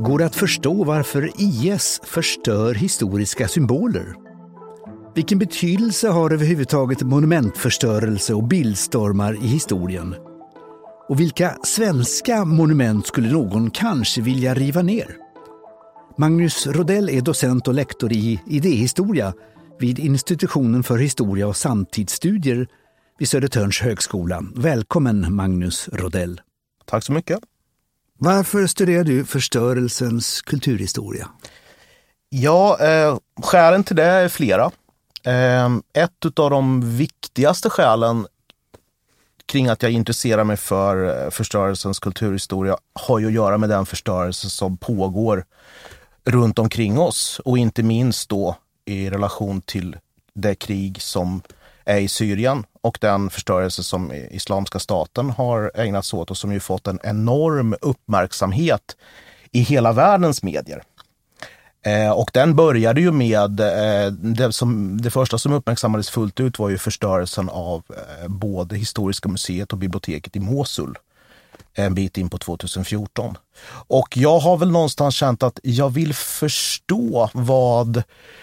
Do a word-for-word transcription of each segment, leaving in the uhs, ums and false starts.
Går det att förstå varför I S förstör historiska symboler? Vilken betydelse har överhuvudtaget monumentförstörelse och bildstormar i historien? Och vilka svenska monument skulle någon kanske vilja riva ner? Magnus Rodell är docent och lektor i idéhistoria vid Institutionen för historia och samtidsstudier vid Södertörns högskola. Välkommen Magnus Rodell. Tack så mycket. Varför studerar du förstörelsens kulturhistoria? Ja, eh, skälen till det är flera. Eh, ett av de viktigaste skälen kring att jag intresserar mig för förstörelsens kulturhistoria har ju att göra med den förstörelse som pågår runt omkring oss och inte minst då i relation till det krig som är i Syrien och den förstörelse som Islamiska staten har ägnat sig åt och som ju fått en enorm uppmärksamhet i hela världens medier. Eh, och den började ju med, eh, det, som, det första som uppmärksammades fullt ut var ju förstörelsen av eh, både Historiska museet och biblioteket i Mosul en bit in på tjugohundrafjorton. Och jag har väl någonstans känt att jag vill förstå vad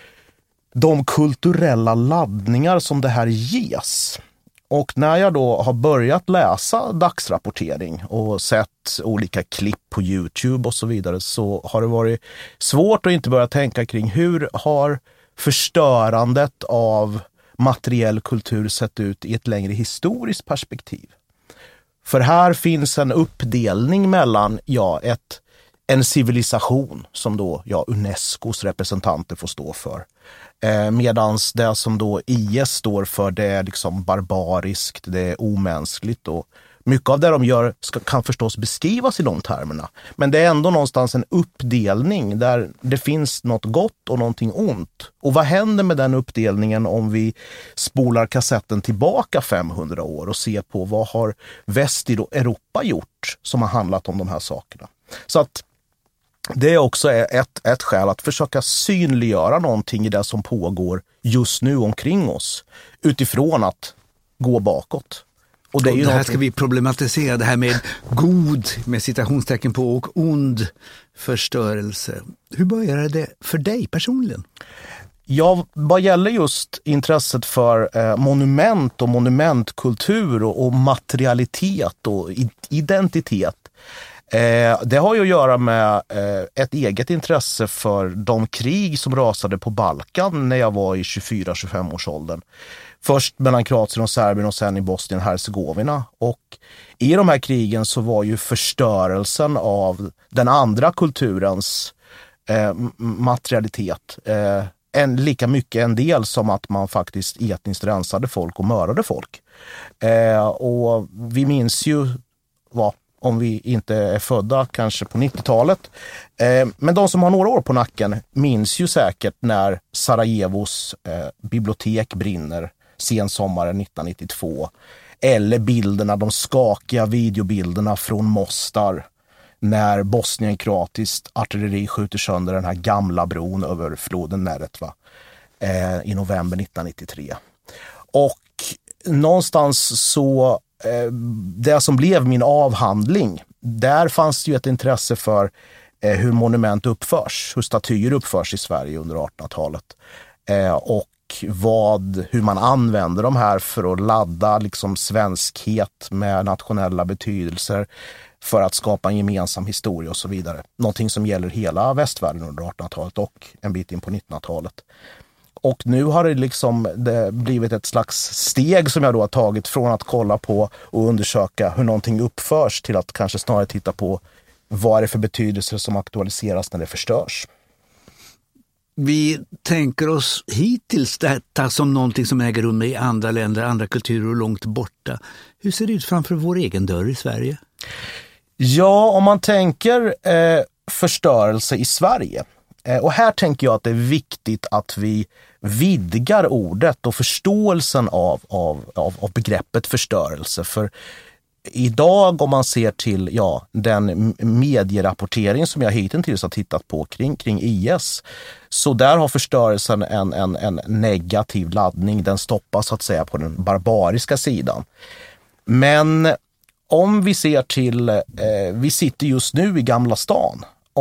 de kulturella laddningar som det här ges. Och när jag då har börjat läsa dagsrapportering och sett olika klipp på YouTube och så vidare så har det varit svårt att inte börja tänka kring hur har förstörandet av materiell kultur sett ut i ett längre historiskt perspektiv. För här finns en uppdelning mellan ja, ett, en civilisation som då ja, Unescos representanter får stå för. Eh, medans det som då I S står för det är liksom barbariskt, det är omänskligt och mycket av det de gör ska, kan förstås beskrivas i de termerna. Men det är ändå någonstans en uppdelning där det finns något gott och någonting ont. Och vad händer med den uppdelningen om vi spolar kassetten tillbaka femhundra år och ser på vad har väst i Europa gjort som har handlat om de här sakerna. Så att det är också ett, ett skäl att försöka synliggöra någonting i det som pågår just nu omkring oss utifrån att gå bakåt. Och det, är ju det här någonting... ska vi problematisera, det här med god, med citationstecken på, och ond förstörelse. Hur började det för dig personligen? Ja, vad gäller just intresset för eh, monument och monumentkultur och, och materialitet och identitet. Eh, det har ju att göra med eh, ett eget intresse för de krig som rasade på Balkan när jag var i tjugofyra till tjugofem års åldern. Först mellan Kroatien och Serbien och sen i Bosnien och Herzegovina. Och i de här krigen så var ju förstörelsen av den andra kulturens eh, materialitet eh, en, lika mycket en del som att man faktiskt etniskt rensade folk och mördade folk. Eh, och vi minns ju vad om vi inte är födda kanske på nittiotalet. Eh, men de som har några år på nacken minns ju säkert när Sarajevos eh, bibliotek brinner sensommaren nittonhundranittiotvå. Eller bilderna, de skakiga videobilderna från Mostar när Bosnien-kroatiskt artilleri skjuter sönder den här gamla bron över floden Neretva eh, i november nittonhundranittiotre. Och någonstans så det som blev min avhandling, där fanns det ju ett intresse för eh, hur monument uppförs, hur statyer uppförs i Sverige under artonhundratalet eh, och vad, hur man använder de här för att ladda liksom svenskhet med nationella betydelser för att skapa en gemensam historia och så vidare. Någonting som gäller hela västvärlden under artonhundratalet och en bit in på nittonhundratalet. Och nu har det liksom det blivit ett slags steg som jag då har tagit från att kolla på och undersöka hur någonting uppförs till att kanske snarare titta på vad är det för betydelser som aktualiseras när det förstörs. Vi tänker oss hittills detta som någonting som äger rum i andra länder, andra kulturer och långt borta. Hur ser det ut framför vår egen dörr i Sverige? Ja, om man tänker eh, förstörelse i Sverige. Och här tänker jag att det är viktigt att vi vidgar ordet och förståelsen av, av, av, av begreppet förstörelse. För idag om man ser till ja, den medierapportering som jag hittills har tittat på kring, kring I S, så där har förstörelsen en, en, en negativ laddning. Den stoppas så att säga på den barbariska sidan. Men om vi ser till, eh, vi sitter just nu i Gamla stan och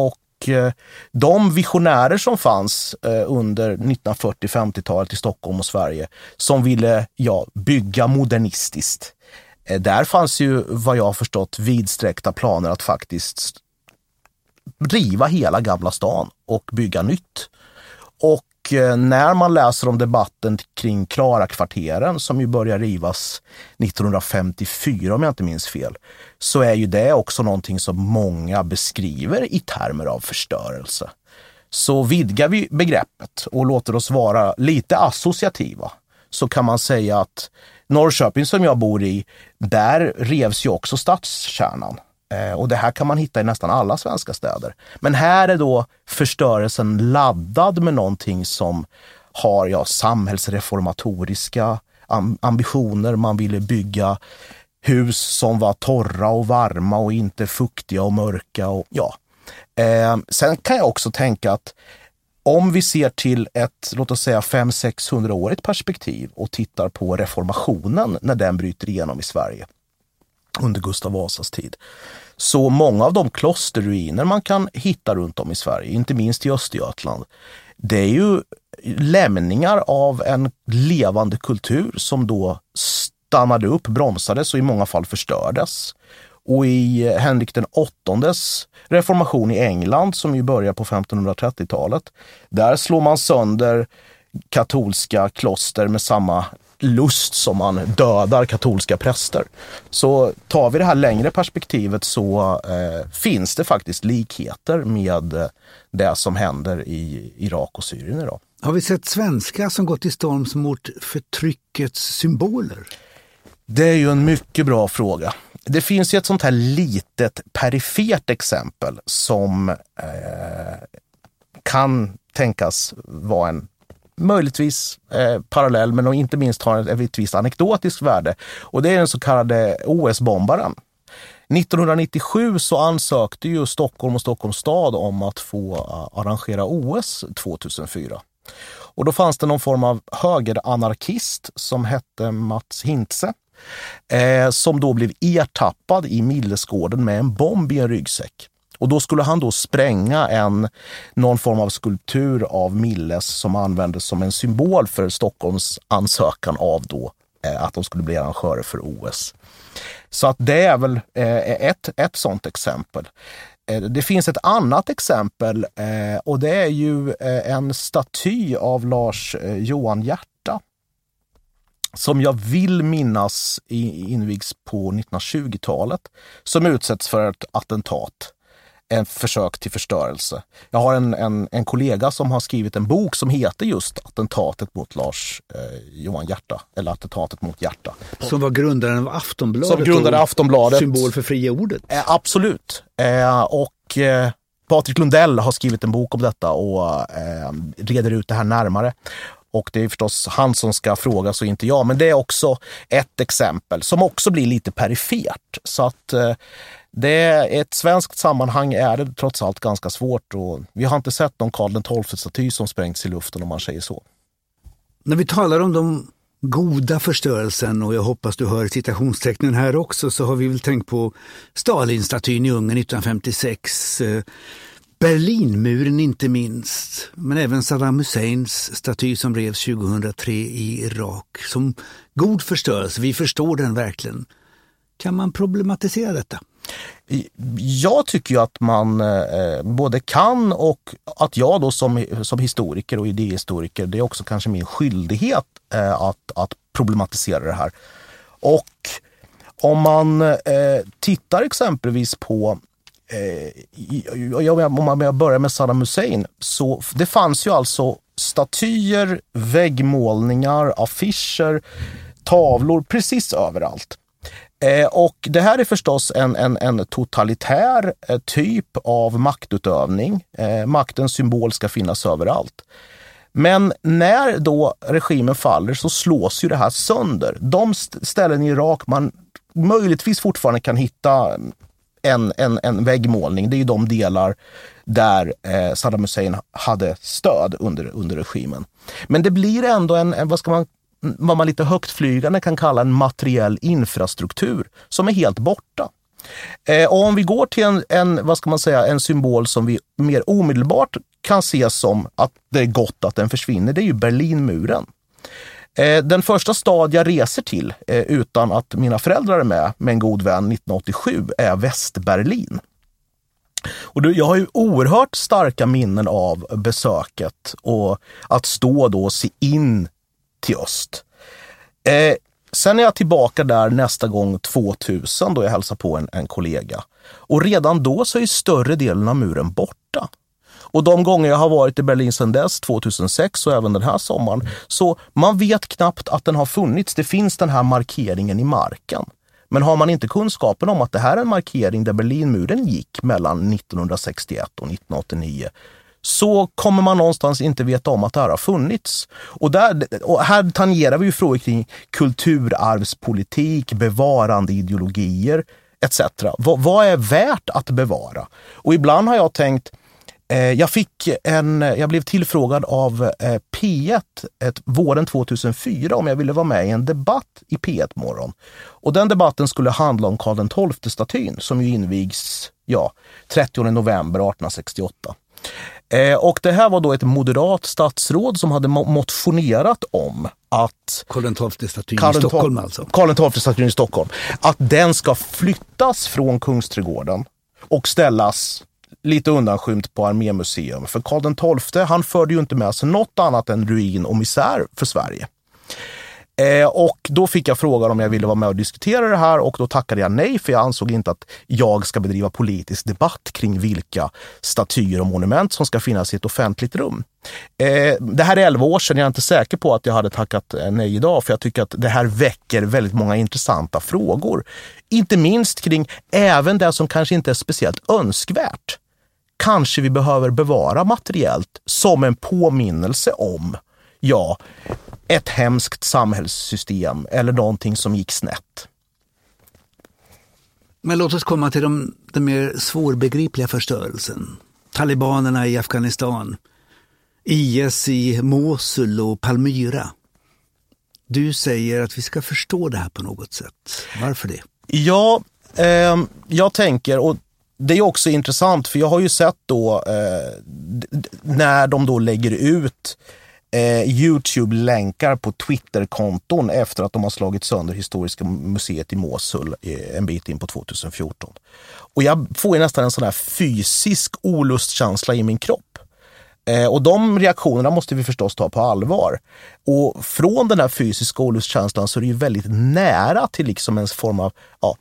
eh, de visionärer som fanns eh, under nittonhundrafyrtio-femtiotalet i Stockholm och Sverige som ville ja, bygga modernistiskt. Eh, där fanns ju, vad jag har förstått, vidsträckta planer att faktiskt riva hela Gamla stan och bygga nytt. Och eh, när man läser om debatten kring Klarakvarteren som ju börjar rivas nittonhundrafemtiofyra om jag inte minns fel, så är ju det också någonting som många beskriver i termer av förstörelse. Så vidgar vi begreppet och låter oss vara lite associativa, så kan man säga att Norrköping som jag bor i, där revs ju också stadskärnan. Och det här kan man hitta i nästan alla svenska städer. Men här är då förstörelsen laddad med någonting som har ja, samhällsreformatoriska ambitioner. Man ville bygga hus som var torra och varma och inte fuktiga och mörka. Och, ja. eh, sen kan jag också tänka att om vi ser till ett, låt oss säga fem till sexhundra-årigt perspektiv och tittar på reformationen när den bryter igenom i Sverige under Gustav Vasas tid. Så många av de klosterruiner man kan hitta runt om i Sverige, inte minst i Östergötland, det är ju lämningar av en levande kultur som då stannade upp, bromsades och i många fall förstördes. Och i Henrik den åttondes reformation i England, som ju börjar på femtonhundratrettiotalet, där slår man sönder katolska kloster med samma lust som man dödar katolska präster. Så tar vi det här längre perspektivet så eh, finns det faktiskt likheter med det som händer i Irak och Syrien idag. Har vi sett svenskar som gått till storms mot förtryckets symboler? Det är ju en mycket bra fråga. Det finns ju ett sånt här litet perifert exempel som eh, kan tänkas vara en möjligtvis eh, parallell, men inte minst har ett, ett visst anekdotiskt värde. Och det är den så kallade O S-bombaren. nittonhundranittiosju så ansökte ju Stockholm och Stockholms stad om att få uh, arrangera O S tvåtusenfyra. Och då fanns det någon form av högeranarkist som hette Mats Hintze eh, som då blev ertappad i Millesgården med en bomb i en ryggsäck. Och då skulle han då spränga en, någon form av skulptur av Milles som användes som en symbol för Stockholms ansökan av då eh, att de skulle bli arrangörer för O S. Så att det är väl eh, ett, ett sånt exempel. Eh, det finns ett annat exempel eh, och det är ju eh, en staty av Lars eh, Johan Hierta som jag vill minnas invigs på nittonhundratjugotalet som utsätts för ett attentat. En försök till förstörelse. Jag har en, en, en kollega som har skrivit en bok som heter just Attentatet mot Lars eh, Johan Hierta, eller Attentatet mot Hierta. Som var grundaren av Aftonbladet. Som grundade Aftonbladet. Symbol för fria ordet. Eh, absolut. Eh, och eh, Patrik Lundell har skrivit en bok om detta och eh, reder ut det här närmare. Och det är förstås han som ska frågas och inte jag. Men det är också ett exempel som också blir lite perifert. Så att eh, det är ett svenskt sammanhang är det trots allt ganska svårt. Och vi har inte sett någon Karl den tolfte-staty som sprängts i luften om man säger så. När vi talar om de goda förstörelsen, och jag hoppas du hör citationstecknen här också, så har vi väl tänkt på Stalin-statyn i Ungern nittonhundrafemtiosex, Berlinmuren inte minst, men även Saddam Husseins staty som revs tjugohundratre i Irak. Som god förstörelse, vi förstår den verkligen. Kan man problematisera detta? Jag tycker ju att man eh, både kan och att jag då som, som historiker och idéhistoriker, det är också kanske min skyldighet eh, att, att problematisera det här. Och om man eh, tittar exempelvis på eh, om man börjar med Saddam Hussein, så det fanns ju alltså statyer, väggmålningar, affischer, tavlor precis överallt. Eh, och det här är förstås en, en, en totalitär eh, typ av maktutövning. Eh, maktens symbol ska finnas överallt. Men när då regimen faller så slås ju det här sönder. De ställen i Irak man möjligtvis fortfarande kan hitta en, en, en väggmålning, det är ju de delar där eh, Saddam Hussein hade stöd under, under regimen. Men det blir ändå en, en vad ska man vad man lite högtflygande kan kalla en materiell infrastruktur som är helt borta. Eh, och om vi går till en, en, vad ska man säga, en symbol som vi mer omedelbart kan se som att det är gott att den försvinner, det är ju Berlinmuren. Eh, den första stad jag reser till eh, utan att mina föräldrar är med, med en god vän nittonhundraåttiosju, är Västberlin. Och då, jag har ju oerhört starka minnen av besöket och att stå då och se in till öst. Eh, sen är jag tillbaka där nästa gång tvåtusen då jag hälsar på en, en kollega. Och redan då så är större delen av muren borta. Och de gånger jag har varit i Berlin sedan dess, tvåtusensex och även den här sommaren, så man vet knappt att den har funnits. Det finns den här markeringen i marken. Men har man inte kunskapen om att det här är en markering där Berlinmuren gick mellan nittonhundrasextioett och nittonhundraåttionio, så kommer man någonstans inte veta om att det här har funnits. Och, där, och här tangerar vi ju frågor kring kulturarvspolitik, bevarande ideologier et cetera. Vad, vad är värt att bevara? Och ibland har jag tänkt, eh, jag fick en, jag blev tillfrågad av eh, P ett ett, våren tvåtusenfyra om jag ville vara med i en debatt i P ett-morgon. Och den debatten skulle handla om Karl den tolfte-statyn som ju invigs ja, trettionde november artonhundrasextioåtta. Eh, och det här var då ett moderat statsråd som hade motionerat om att Karl den tolfte-statyn i Stockholm alltså. Karl den tolfte-statyn i Stockholm. Att den ska flyttas från Kungsträdgården och ställas lite undanskymt på Armémuseum. För Karl den tolfte, han förde ju inte med sig något annat än ruin och misär för Sverige. Eh, och då fick jag frågan om jag ville vara med och diskutera det här, och då tackade jag nej, för jag ansåg inte att jag ska bedriva politisk debatt kring vilka statyer och monument som ska finnas i ett offentligt rum. Eh, det här är elva år sedan, jag är inte säker på att jag hade tackat nej idag, för jag tycker att det här väcker väldigt många intressanta frågor. Inte minst kring även det som kanske inte är speciellt önskvärt. Kanske vi behöver bevara materiellt som en påminnelse om ja, ett hemskt samhällssystem eller någonting som gick snett. Men låt oss komma till de, den mer svårbegripliga förstörelsen. Talibanerna i Afghanistan, I S i Mosul och Palmyra. Du säger att vi ska förstå det här på något sätt. Varför det? Ja, eh, jag tänker, och det är också intressant, för jag har ju sett då eh, när de då lägger ut eh, YouTube-länkar på Twitter-konton efter att de har slagit sönder Historiska museet i Mosul eh, en bit in på tjugohundrafjorton. Och jag får ju nästan en sån här fysisk olustkänsla i min kropp. Eh, och de reaktionerna måste vi förstås ta på allvar. Och från den här fysiska olustkänslan så är det ju väldigt nära till liksom en form av ja,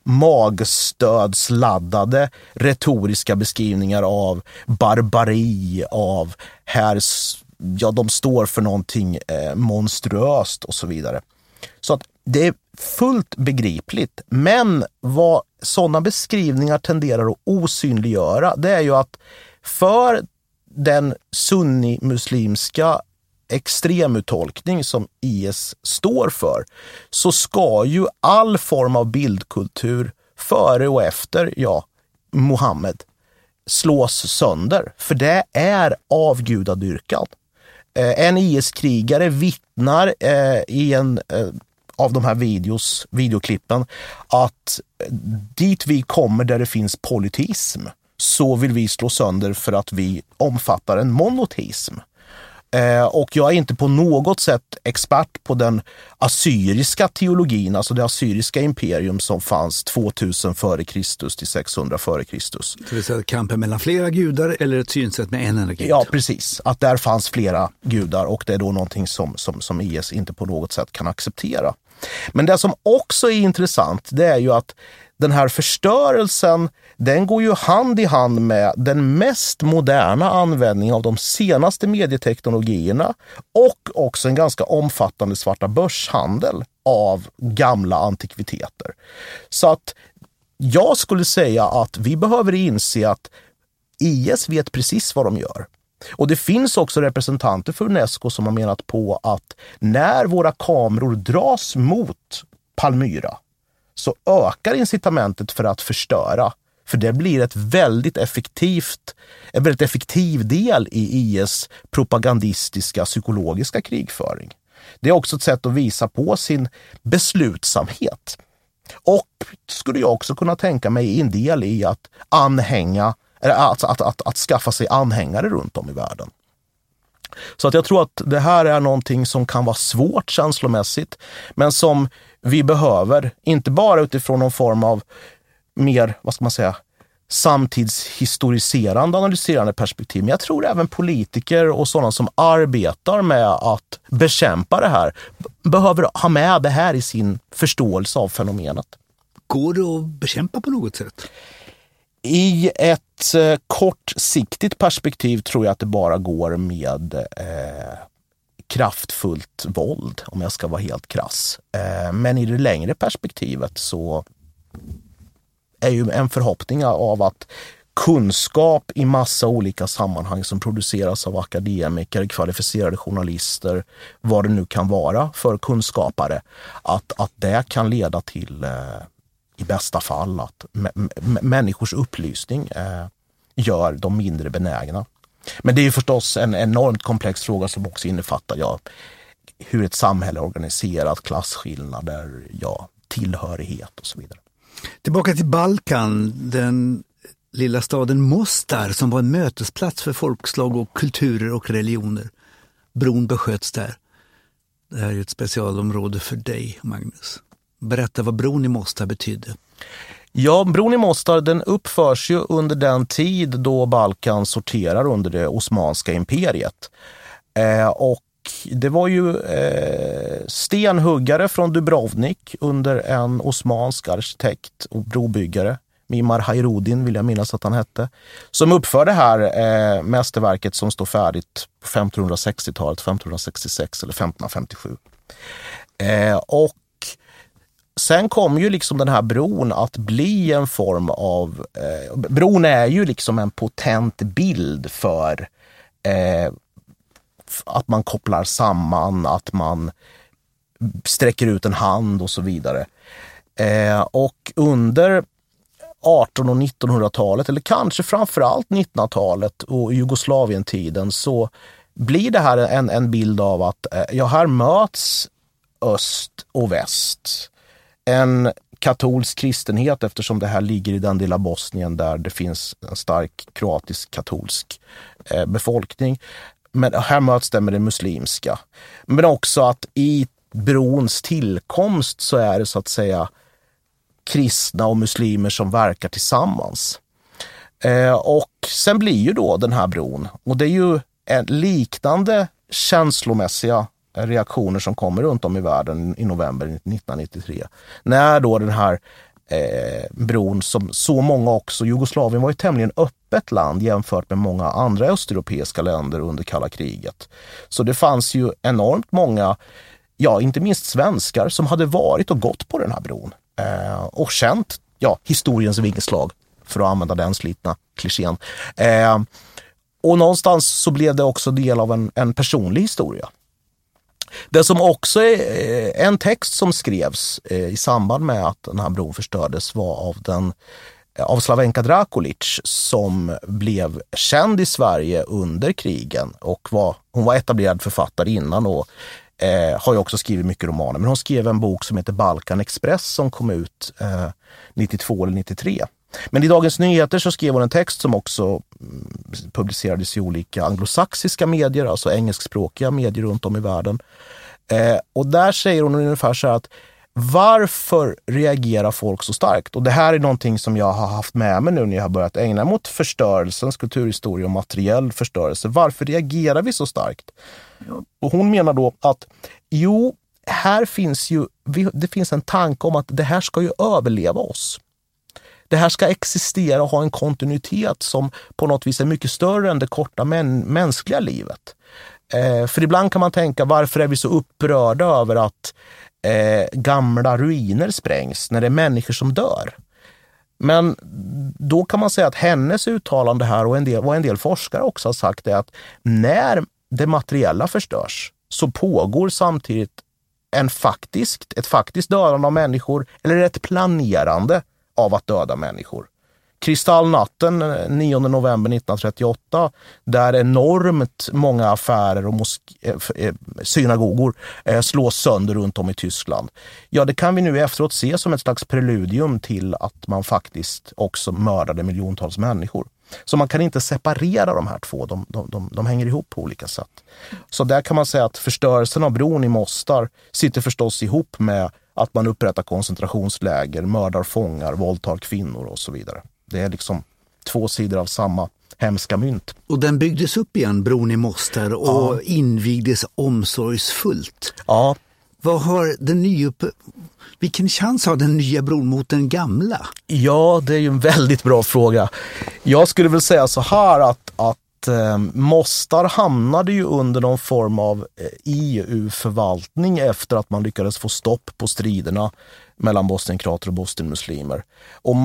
magstödsladdade retoriska beskrivningar av barbari, av här, ja, de står för någonting eh, monstruöst och så vidare. Så att det är fullt begripligt, men vad sådana beskrivningar tenderar att osynliggöra, det är ju att för den sunni-muslimska extremuttolkning som I S står för, så ska ju all form av bildkultur före och efter ja, Muhammed slås sönder. För det är avgudadyrkan. Eh, en I S-krigare vittnar eh, i en eh, av de här videos, videoklippen att dit vi kommer där det finns polyteism, så vill vi slå sönder för att vi omfattar en monoteism. Eh, och jag är inte på något sätt expert på den assyriska teologin, alltså det assyriska imperium som fanns tvåtusen före Kristus till sexhundra före Kristus. Det vill säga kampen mellan flera gudar eller ett synsätt med en enda gud? Ja, precis. Att där fanns flera gudar, och det är då någonting som, som, som I S inte på något sätt kan acceptera. Men det som också är intressant, det är ju att den här förstörelsen, den går ju hand i hand med den mest moderna användningen av de senaste medieteknologierna och också en ganska omfattande svarta börshandel av gamla antikviteter. Så att jag skulle säga att vi behöver inse att I S vet precis vad de gör. Och det finns också representanter för UNESCO som har menat på att när våra kameror dras mot Palmyra så ökar incitamentet för att förstöra. För det blir ett väldigt effektivt, en väldigt effektiv del i I S propagandistiska psykologiska krigföring. Det är också ett sätt att visa på sin beslutsamhet. Och skulle jag också kunna tänka mig en del i att anhänga, eller att, att, att, att skaffa sig anhängare runt om i världen. Så att jag tror att det här är någonting som kan vara svårt känslomässigt, men som vi behöver, inte bara utifrån någon form av mer, vad ska man säga, samtidshistoriserande, analyserande perspektiv. Men jag tror även politiker och sådana som arbetar med att bekämpa det här behöver ha med det här i sin förståelse av fenomenet. Går det att bekämpa på något sätt? I ett eh, kortsiktigt perspektiv tror jag att det bara går med eh, kraftfullt våld, om jag ska vara helt krass. Eh, men i det längre perspektivet så är ju en förhoppning av att kunskap i massa olika sammanhang som produceras av akademiker, kvalificerade journalister, vad det nu kan vara för kunskapare, att, att det kan leda till eh, i bästa fall att m- m- människors upplysning eh, gör dem mindre benägna. Men det är ju förstås en enormt komplex fråga som också innefattar ja, hur ett samhälle är organiserat, klasskillnader, ja, tillhörighet och så vidare. Tillbaka till Balkan, den lilla staden Mostar som var en mötesplats för folkslag och kulturer och religioner. Bron besköts där. Det här är ju ett specialområde för dig, Magnus. Berätta vad bron i Mostar betydde. Ja, bron i Mostar den uppförs ju under den tid då Balkan sorterar under det osmanska imperiet. Eh, och det var ju eh, stenhuggare från Dubrovnik under en osmansk arkitekt och brobyggare, Mimar Hayruddin vill jag minnas att han hette, som uppför det här eh, mästerverket som står färdigt på femtonhundrasextiotalet, femtonhundrasextiosex eller femtonhundrafemtiosju. Eh, och sen kom ju liksom den här bron att bli en form av... Eh, bron är ju liksom en potent bild för eh, att man kopplar samman, att man sträcker ut en hand och så vidare. Eh, och under artonhundra- och nittonhundratalet, eller kanske framförallt nittonhundratalet och Jugoslavien-tiden, så blir det här en, en bild av att eh, ja, här möts öst och väst. En katolsk kristenhet, eftersom det här ligger i den del av Bosnien där det finns en stark kroatisk katolsk eh, befolkning. Men här möts det med det muslimska. Men också att i brons tillkomst så är det så att säga kristna och muslimer som verkar tillsammans. Eh, och sen blir ju då den här bron, och det är ju en liknande känslomässiga reaktioner som kommer runt om i världen i november nittonhundranittiotre. När då den här eh, bron, som så många också, Jugoslavien var ju tämligen öppet land jämfört med många andra östeuropeiska länder under kalla kriget. Så det fanns ju enormt många, ja inte minst svenskar, som hade varit och gått på den här bron. Eh, och känt, ja, historiens vingslag, för att använda den slitna klichén. Eh, och någonstans så blev det också del av en, en personlig historia. Det som också är en text som skrevs i samband med att den här bron förstördes var av, den, av Slavenka Drakulic, som blev känd i Sverige under krigen och var, hon var etablerad författare innan och eh, har ju också skrivit mycket romaner. Men hon skrev en bok som heter Balkan Express som kom ut eh, nittiotvå eller nittiotre. Men i Dagens Nyheter så skrev hon en text som också publicerades i olika anglosaxiska medier, alltså engelskspråkiga medier runt om i världen. Eh, och där säger hon ungefär så här att varför reagerar folk så starkt? Och det här är någonting som jag har haft med mig nu när jag har börjat ägna mot förstörelsens kulturhistoria och materiell förstörelse. Varför reagerar vi så starkt? Och hon menar då att jo, här finns ju, det finns en tanke om att det här ska ju överleva oss. Det här ska existera och ha en kontinuitet som på något vis är mycket större än det korta män, mänskliga livet. Eh, för ibland kan man tänka, varför är vi så upprörda över att eh, gamla ruiner sprängs när det är människor som dör? Men då kan man säga att hennes uttalande här och en del, vad en del forskare också har sagt är att när det materiella förstörs så pågår samtidigt en faktisk, ett faktiskt dödande av människor eller ett planerande av att döda människor. Kristallnatten nionde november nittonhundratrettioåtta, där enormt många affärer och mosk- synagogor slås sönder runt om i Tyskland. Ja, det kan vi nu efteråt se som ett slags preludium till att man faktiskt också mördade miljontals människor. Så man kan inte separera de här två, de, de, de, de hänger ihop på olika sätt. Så där kan man säga att förstörelsen av bron i Mostar sitter förstås ihop med att man upprättar koncentrationsläger, mördar fångar, våldtar kvinnor och så vidare. Det är liksom två sidor av samma hemska mynt. Och den byggdes upp igen, bron i Mostar, och ja. invigdes omsorgsfullt. Ja. Vad har den nya, vilken chans har den nya bron mot den gamla? Ja, det är ju en väldigt bra fråga. Jag skulle väl säga så här att, att eh, Mostar hamnade ju under någon form av E U-förvaltning efter att man lyckades få stopp på striderna mellan bosnienkroater och bosnienmuslimer. Och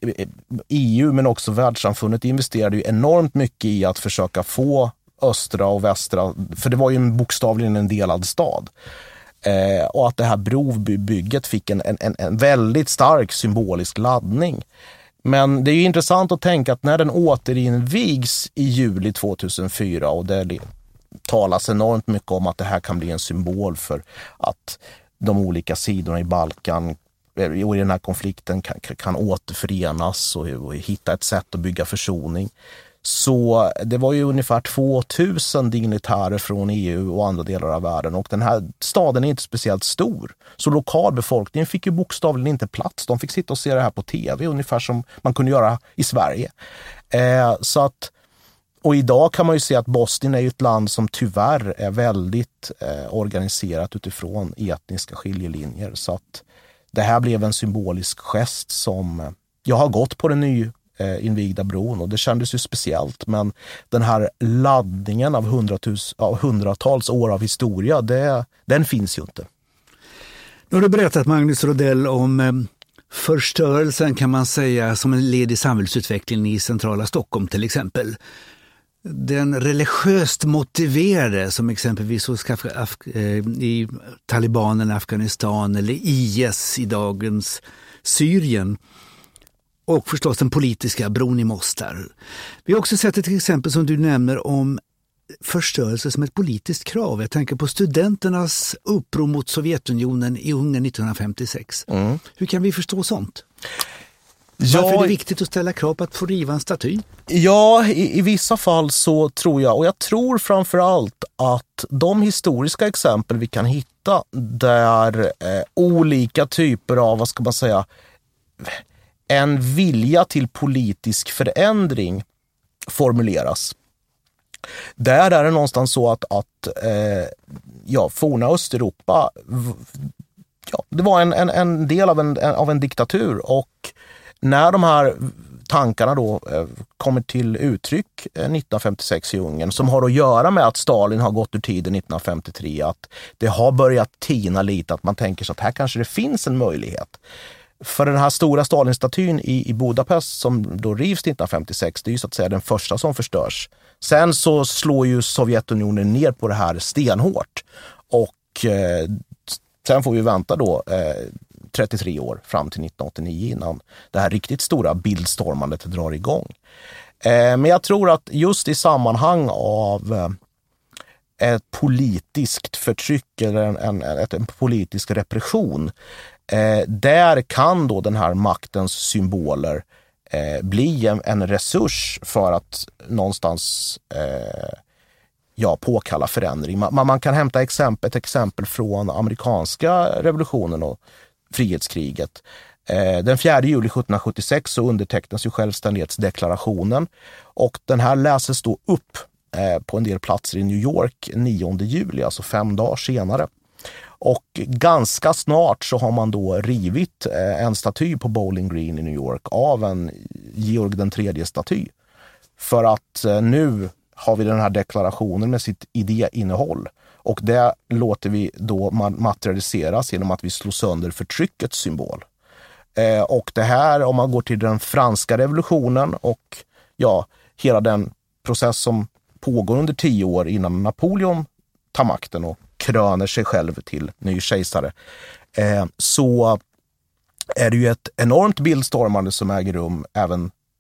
E U men också världssamfundet investerade ju enormt mycket i att försöka få östra och västra, för det var ju en bokstavligen en delad stad. Eh, och att det här brobygget fick en, en, en väldigt stark symbolisk laddning. Men det är ju intressant att tänka att när den återinvigs i juli tvåtusenfyra, och det talas enormt mycket om att det här kan bli en symbol för att de olika sidorna i Balkan och i den här konflikten kan, kan återförenas och, och hitta ett sätt att bygga försoning. Så det var ju ungefär tvåtusen dignitärer från E U och andra delar av världen, och den här staden är inte speciellt stor. Så lokalbefolkningen fick ju bokstavligen inte plats. De fick sitta och se det här på tv, ungefär som man kunde göra i Sverige. Eh, så att, och idag kan man ju se att Bosnien är ju ett land som tyvärr är väldigt eh, organiserat utifrån etniska skiljelinjer. Så att det här blev en symbolisk gest som jag har gått på den nya invigda bron, och det kändes ju speciellt, men den här laddningen av, hundratus, av hundratals år av historia, det, den finns ju inte. Nu har du berättat, Magnus Rodell, om eh, förstörelsen, kan man säga, som en led i samhällsutvecklingen i centrala Stockholm till exempel. Den religiöst motiverade, som exempelvis hos, eh, i talibanerna i Afghanistan eller I S i dagens Syrien, och förstås den politiska bron i Mostar. Vi har också sett ett exempel som du nämner om förstörelse som ett politiskt krav. Jag tänker på studenternas uppror mot Sovjetunionen i Ungern nittonhundrafemtiosex. Mm. Hur kan vi förstå sånt? Ja, varför är det viktigt att ställa krav på att få riva en staty? Ja, i, i vissa fall så tror jag, och jag tror framförallt att de historiska exempel vi kan hitta där eh, olika typer av, vad ska man säga, en vilja till politisk förändring formuleras. Där är det någonstans så att, att eh, ja, forna Östeuropa, ja, det var en, en, en del av en, en, av en diktatur, och när de här tankarna då eh, kommer till uttryck eh, nittonhundrafemtiosex i Ungern, som har att göra med att Stalin har gått ur tiden nittonhundrafemtiotre, att det har börjat tina lite, att man tänker så att här kanske det finns en möjlighet. För den här stora Stalin-statyn i, i Budapest som då rivs nittonhundrafemtiosex, det är ju så att säga den första som förstörs. Sen så slår ju Sovjetunionen ner på det här stenhårt, och eh, sen får vi vänta då eh, trettiotre år fram till nittonhundraåttionio innan det här riktigt stora bildstormandet drar igång. Eh, men jag tror att just i sammanhang av eh, ett politiskt förtryck eller en, en, en, en politisk repression, Eh, där kan då den här maktens symboler eh, bli en, en resurs för att någonstans eh, ja, påkalla förändring. Man, man kan hämta exempel, ett exempel från amerikanska revolutionen och frihetskriget. Eh, den fjärde juli sjuttonhundrasjuttiosex så undertecknas ju självständighetsdeklarationen, och den här läses då upp eh, på en del platser i New York nionde juli, alltså fem dagar senare. Och ganska snart så har man då rivit en staty på Bowling Green i New York av en Georg den tredje staty. För att nu har vi den här deklarationen med sitt idéinnehåll, och det låter vi då materialiseras genom att vi slår sönder förtryckets symbol. Och det här, om man går till den franska revolutionen och ja, hela den process som pågår under tio år innan Napoleon tar makten och kröner sig själv till ny kejsare, eh, så är det ju ett enormt bildstormande som äger rum även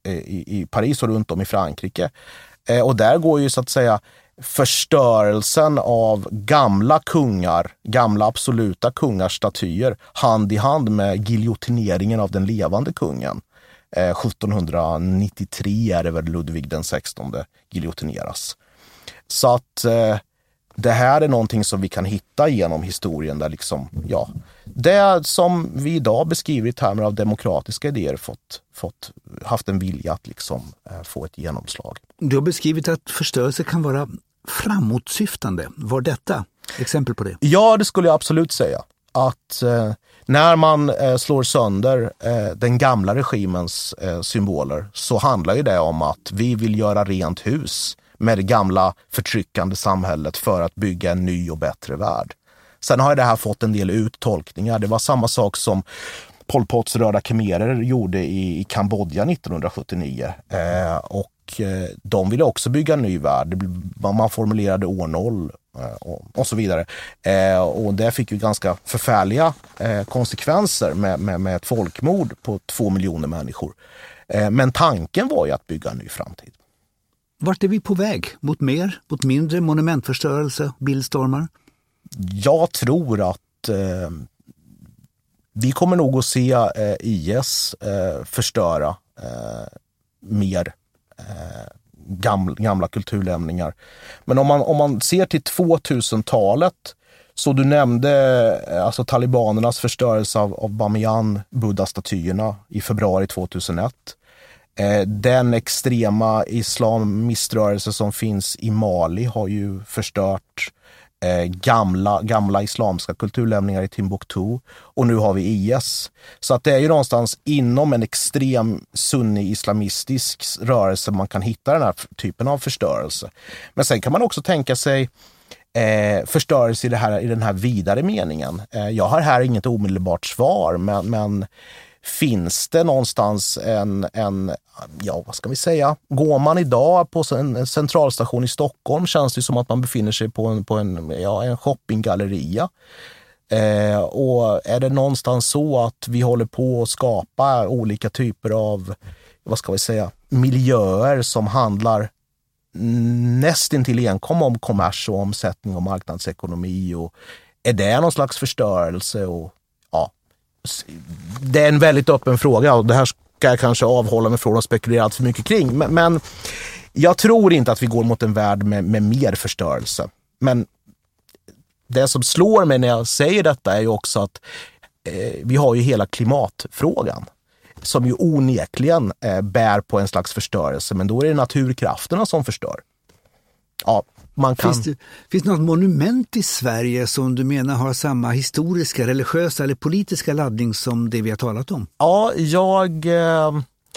i, i Paris och runt om i Frankrike. Eh, och där går ju så att säga förstörelsen av gamla kungar, gamla absoluta kungars statyer hand i hand med giljotineringen av den levande kungen. Eh, sjuttonhundranittiotre är det väl Ludvig den sextonde giljotineras. Så att eh, det här är någonting som vi kan hitta genom historien där liksom, ja, det som vi idag beskriver i termer av demokratiska idéer fått, fått haft en vilja att liksom eh, få ett genomslag. Du har beskrivit att förstörelse kan vara framåtsyftande. Var detta exempel på det? Ja, det skulle jag absolut säga. Att eh, när man eh, slår sönder eh, den gamla regimens eh, symboler så handlar ju det om att vi vill göra rent hus med det gamla förtryckande samhället för att bygga en ny och bättre värld. Sen har det här fått en del uttolkningar. Det var samma sak som Pol Pots röda khmerer gjorde i, i Kambodja nittonhundrasjuttionio. Eh, och eh, de ville också bygga en ny värld. Man formulerade år noll eh, och, och så vidare. Eh, och det fick ju ganska förfärliga eh, konsekvenser med, med, med ett folkmord på två miljoner människor. Eh, men tanken var ju att bygga en ny framtid. Vart är vi på väg? Mot mer? Mot mindre monumentförstörelse? Bildstormar? Jag tror att eh, vi kommer nog att se eh, I S eh, förstöra eh, mer eh, gamla, gamla kulturlämningar. Men om man, om man ser till tvåtusentalet, så du nämnde eh, alltså talibanernas förstörelse av, av Bamiyan-buddha-statyerna i februari tvåtusenett. Eh, den extrema islamiströrelse som finns i Mali har ju förstört Eh, gamla, gamla islamska kulturlämningar i Timbuktu, och nu har vi I S. Så att det är ju någonstans inom en extrem sunni-islamistisk rörelse man kan hitta den här typen av förstörelse. Men sen kan man också tänka sig eh, förstörelse i, det här, i den här vidare meningen. Eh, jag har här inget omedelbart svar, men, men finns det någonstans en, en, ja vad ska vi säga, går man idag på en centralstation i Stockholm känns det som att man befinner sig på en, på en, ja, en shoppinggalleria. Eh, och är det någonstans så att vi håller på att skapa olika typer av, vad ska vi säga, miljöer som handlar nästintill enkom om kommers och omsättning och marknadsekonomi, och är det någon slags förstörelse? Och ja, det är en väldigt öppen fråga, och det här ska jag kanske avhålla mig från att spekulera allt för mycket kring. Men, men jag tror inte att vi går mot en värld med, med mer förstörelse. Men det som slår mig när jag säger detta är ju också att eh, vi har ju hela klimatfrågan som ju onekligen eh, bär på en slags förstörelse. Men då är det naturkrafterna som förstör. Ja, man kan... Finns det, finns det något monument i Sverige som du menar har samma historiska, religiösa eller politiska laddning som det vi har talat om? Ja, jag eh,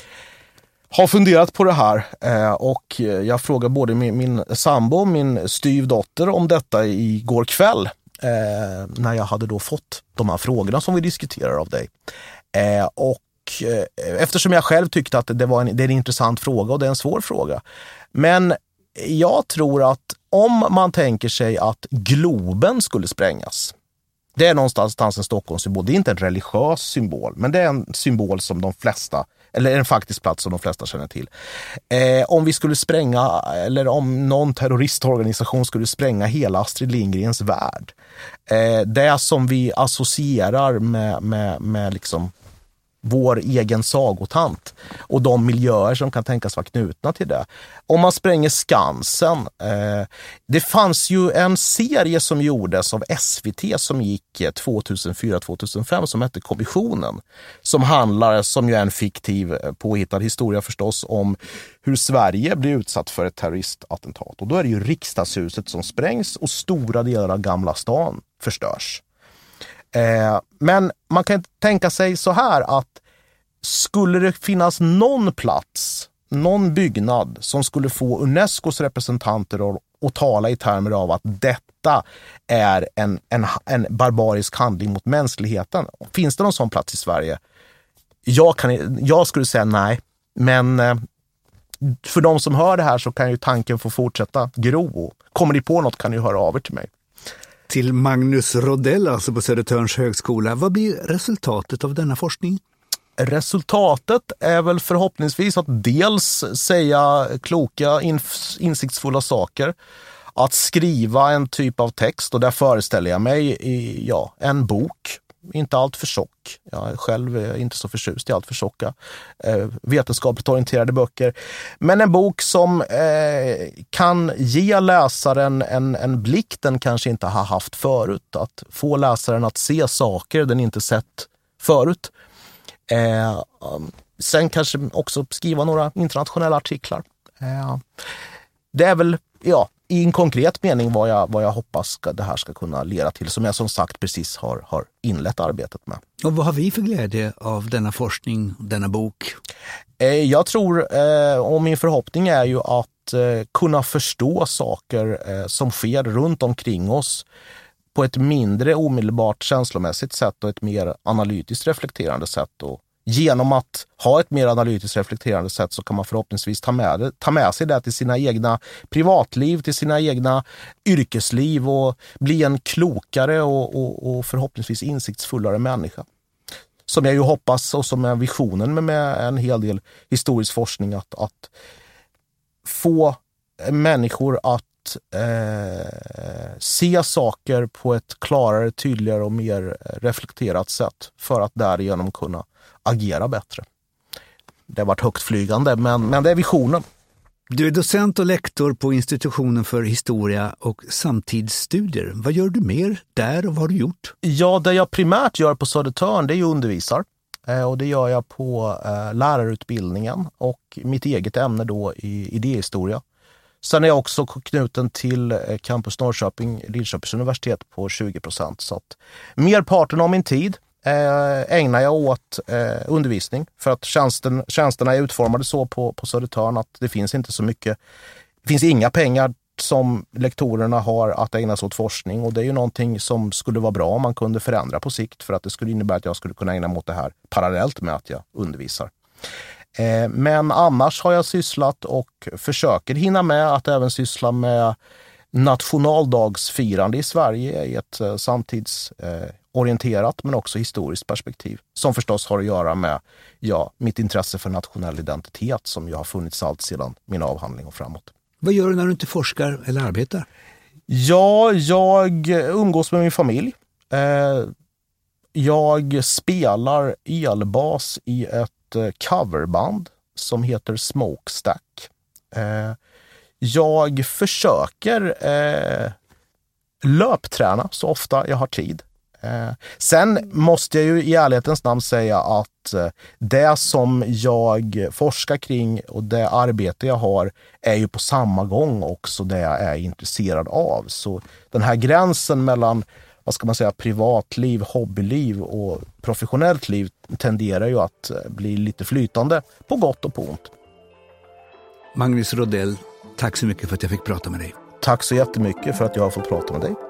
har funderat på det här eh, och jag frågade både min, min sambo och min styvdotter om detta igår kväll eh, när jag hade då fått de här frågorna som vi diskuterar av dig. Eh, och eh, eftersom jag själv tyckte att det var en, det är en intressant fråga och det är en svår fråga. Men jag tror att om man tänker sig att Globen skulle sprängas, det är någonstans en Stockholmssymbol. Det är inte en religiös symbol, men det är en symbol som de flesta, eller en faktisk plats som de flesta känner till. Eh, om vi skulle spränga, eller om någon terroristorganisation skulle spränga hela Astrid Lindgrens värld. Eh, det som vi associerar med, med, med liksom vår egen sagotant och de miljöer som kan tänkas vara knutna till det. Om man spränger Skansen. Eh, det fanns ju en serie som gjordes av S V T som gick tvåtusenfyra tvåtusenfem som hette Kommissionen. Som handlar, som ju är en fiktiv påhittad historia förstås, om hur Sverige blir utsatt för ett terroristattentat. Och då är det ju riksdagshuset som sprängs och stora delar av Gamla stan förstörs. Eh, men man kan tänka sig så här att skulle det finnas någon plats, någon byggnad som skulle få Unescos representanter att, att tala i termer av att detta är en, en, en barbarisk handling mot mänskligheten. Finns det någon sån plats i Sverige? Jag, kan, jag skulle säga nej, men eh, för de som hör det här så kan ju tanken få fortsätta gro. Kommer ni på något kan ni höra av er till mig. Till Magnus Rodell, alltså på Södertörns högskola. Vad blir resultatet av denna forskning? Resultatet är väl förhoppningsvis att dels säga kloka, insiktsfulla saker, att skriva en typ av text, och där föreställer jag mig i, ja, en bok, inte allt för tjock. Jag är själv inte så förtjust i allt för tjocka eh, vetenskapligt orienterade böcker. Men en bok som eh, kan ge läsaren en, en blick den kanske inte har haft förut. Att få läsaren att se saker den inte sett förut. Eh, sen kanske också skriva några internationella artiklar. Eh, det är väl, ja, i en konkret mening vad jag, vad jag hoppas ska, det här ska kunna leda till, som jag som sagt precis har, har inlett arbetet med. Och vad har vi för glädje av denna forskning, denna bok? Eh, jag tror, eh, och min förhoppning är ju att eh, kunna förstå saker eh, som sker runt omkring oss på ett mindre omedelbart känslomässigt sätt och ett mer analytiskt reflekterande sätt. Och genom att ha ett mer analytiskt reflekterande sätt så kan man förhoppningsvis ta med, det, ta med sig det till sina egna privatliv, till sina egna yrkesliv och bli en klokare och, och, och förhoppningsvis insiktsfullare människa. Som jag ju hoppas, och som är visionen med, med en hel del historisk forskning, att, att få människor att Eh, se saker på ett klarare, tydligare och mer reflekterat sätt för att därigenom kunna agera bättre. Det har varit högt flygande, men, men det är visionen. Du är docent och lektor på institutionen för historia och samtidsstudier. Vad gör du mer där och vad har du gjort? Ja, det jag primärt gör på Södertörn, det är ju undervisar. Eh, och det gör jag på eh, lärarutbildningen och mitt eget ämne då i idéhistoria. Sen är jag också knuten till Campus Norrköping, Linköpings universitet på tjugo procent. Så att merparten av min tid eh, ägnar jag åt eh, undervisning. För att tjänsten, tjänsterna är utformade så på, på Södertörn att det finns inte så mycket, det finns inga pengar som lektorerna har att ägna sig åt forskning. Och det är ju någonting som skulle vara bra om man kunde förändra på sikt, för att det skulle innebära att jag skulle kunna ägna mig åt det här parallellt med att jag undervisar. Men annars har jag sysslat och försöker hinna med att även syssla med nationaldagsfirande i Sverige i ett samtidsorienterat men också historiskt perspektiv. Som förstås har att göra med ja, mitt intresse för nationell identitet som ju har funnits allt sedan min avhandling och framåt. Vad gör du när du inte forskar eller arbetar? Ja, jag umgås med min familj. Jag spelar elbas i ett coverband som heter Smokestack. Eh, jag försöker eh, löpträna så ofta jag har tid. Eh, sen måste jag ju i ärlighetens namn säga att eh, det som jag forskar kring och det arbete jag har är ju på samma gång också det jag är intresserad av. Så den här gränsen mellan vad ska man säga, privatliv, hobbyliv och professionellt liv tenderar ju att bli lite flytande på gott och på ont. Magnus Rodell, tack så mycket för att jag fick prata med dig. Tack så jättemycket för att jag har fått prata med dig.